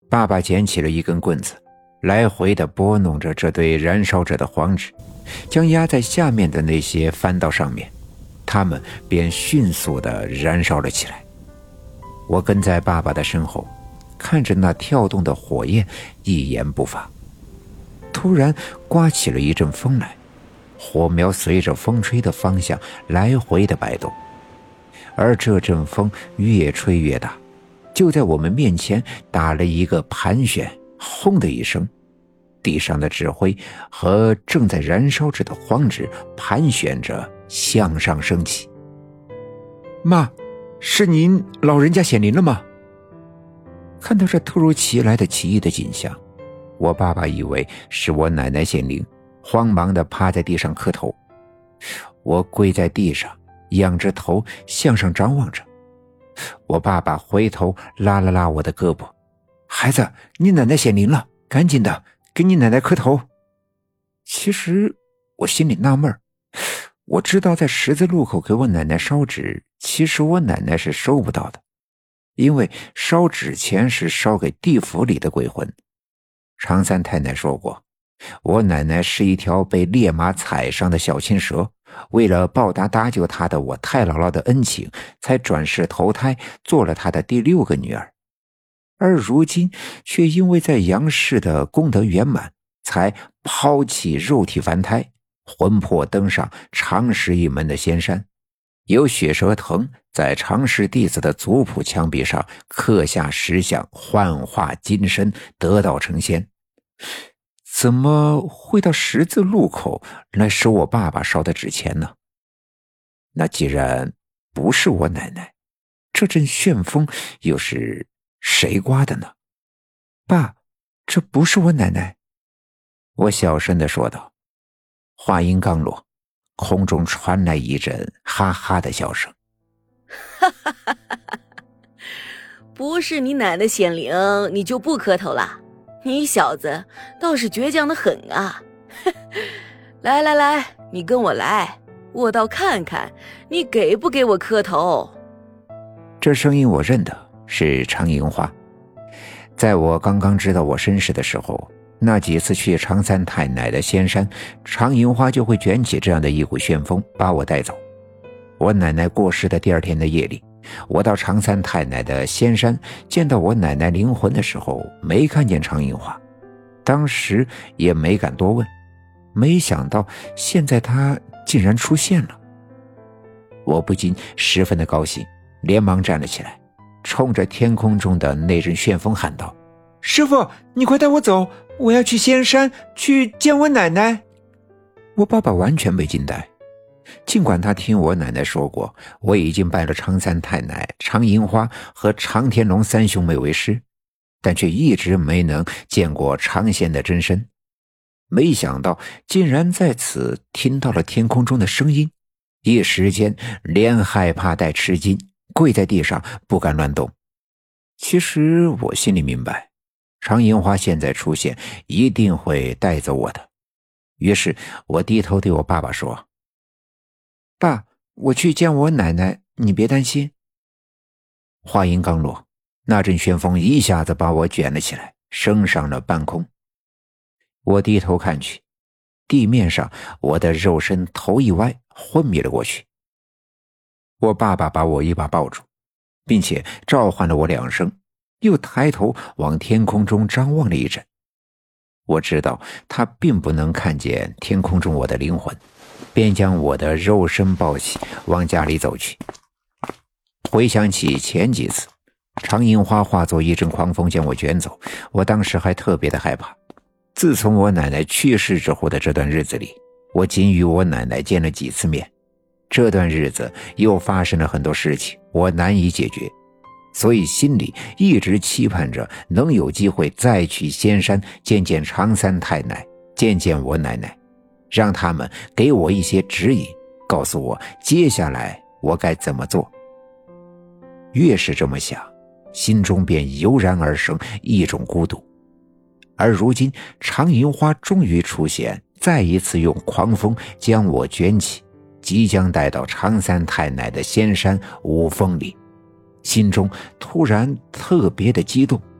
爸爸捡起了一根棍子，来回地拨弄着这堆燃烧着的黄纸，将压在下面的那些翻到上面，它们便迅速地燃烧了起来。我跟在爸爸的身后，看着那跳动的火焰，一言不发。突然刮起了一阵风来，火苗随着风吹的方向来回的摆动，而这阵风越吹越大，就在我们面前打了一个盘旋，轰的一声，地上的纸灰和正在燃烧着的黄纸盘旋着向上升起。妈，是您老人家显灵了吗？看到这突如其来的奇异的景象，我爸爸以为是我奶奶显灵，慌忙地趴在地上磕头。我跪在地上，仰着头向上张望着。我爸爸回头拉了拉我的胳膊，孩子，你奶奶显灵了，赶紧的给你奶奶磕头。其实我心里纳闷，我知道在十字路口给我奶奶烧纸，其实我奶奶是收不到的，因为烧纸钱是烧给地府里的鬼魂。常三太太说过，我奶奶是一条被烈马踩伤的小青蛇，为了报答搭救她的我太姥姥的恩情，才转世投胎做了她的第6个女儿，而如今却因为在阳世的功德圆满，才抛弃肉体凡胎，魂魄登上常氏一门的仙山。有血蛇藤在常氏弟子的族谱墙壁上刻下石像，幻化金身，得道成仙。怎么会到十字路口来收我爸爸烧的纸钱呢？那既然不是我奶奶，这阵旋风又是谁刮的呢？爸，这不是我奶奶。我小声地说道。话音刚落，空中传来一阵哈哈的笑声。 哈哈哈哈哈！不是你奶奶显灵，你就不磕头了？你小子倒是倔强的很啊！来来来，你跟我来，我倒看看你给不给我磕头。 这声音我认得，是常银花。在我刚刚知道我身世的时候，那几次去常三太奶的仙山，常银花就会卷起这样的一股旋风把我带走。我奶奶过世的第2天的夜里，我到常三太奶的仙山见到我奶奶灵魂的时候，没看见常银花，当时也没敢多问，没想到现在她竟然出现了。我不禁十分的高兴，连忙站了起来，冲着天空中的那阵旋风喊道：师父，你快带我走，我要去仙山去见我奶奶。我爸爸完全被惊呆，尽管他听我奶奶说过我已经拜了常三太奶、常银花和常天龙3兄妹为师，但却一直没能见过常仙的真身。没想到竟然在此听到了天空中的声音，一时间连害怕带吃惊，跪在地上不敢乱动。其实我心里明白，常银花现在出现一定会带走我的，于是我低头对我爸爸说：爸，我去见我奶奶，你别担心。话音刚落，那阵旋风一下子把我卷了起来，升上了半空。我低头看去，地面上我的肉身头一歪，昏迷了过去。我爸爸把我一把抱住，并且召唤了我2声，又抬头往天空中张望了一阵。我知道他并不能看见天空中我的灵魂，便将我的肉身抱起往家里走去。回想起前几次常银花化作一阵狂风将我卷走，我当时还特别的害怕。自从我奶奶去世之后的这段日子里，我仅与我奶奶见了几次面，这段日子又发生了很多事情，我难以解决，所以心里一直期盼着能有机会再去仙山见见常三太奶，见见我奶奶，让他们给我一些指引，告诉我接下来我该怎么做。越是这么想，心中便油然而生一种孤独。而如今常银花终于出现，再一次用狂风将我卷起，即将带到常三太奶的仙山五峰里，心中突然特别的激动，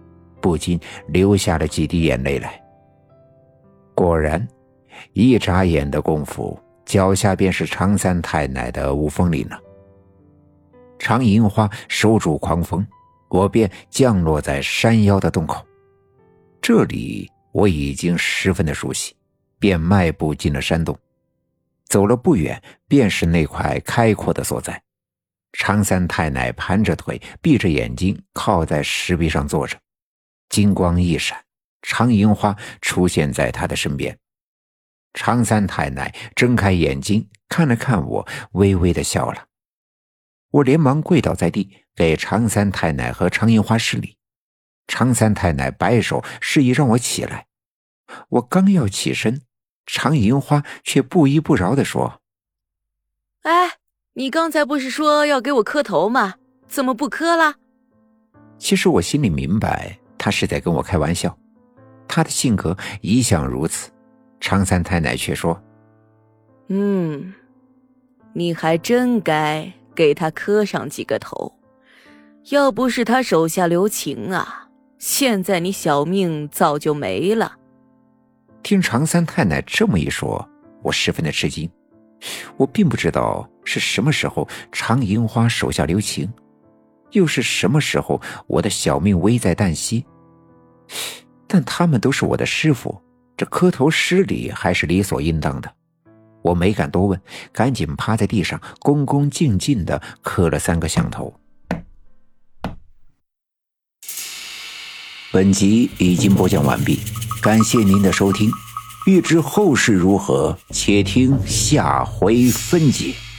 不禁流下了几滴眼泪来。果然，一眨眼的功夫，脚下便是常三太奶的五峰岭了。常银花手拄狂风，我便降落在山腰的洞口。这里我已经十分的熟悉，便迈步进了山洞。走了不远，便是那块开阔的所在。常三太奶盘着腿，闭着眼睛，靠在石壁上坐着。金光一闪，常银花出现在他的身边。常三太奶睁开眼睛，看了看我，微微的笑了。我连忙跪倒在地，给常三太奶和常银花施礼。常三太奶摆手示意让我起来。我刚要起身，常银花却不依不饶地说： 哎，你刚才不是说要给我磕头吗？怎么不磕了？ 其实我心里明白，他是在跟我开玩笑，他的性格一向如此。常三太奶却说： 你还真该给他磕上几个头，要不是他手下留情啊，现在你小命早就没了。 听常三太奶这么一说，我十分的吃惊。我并不知道是什么时候常银花手下留情，又是什么时候我的小命危在旦夕。但他们都是我的师傅，这磕头施礼还是理所应当的。我没敢多问，赶紧趴在地上恭恭敬敬地磕了3个响头。本集已经播讲完毕，感谢您的收听。欲知后事如何，且听下回分解。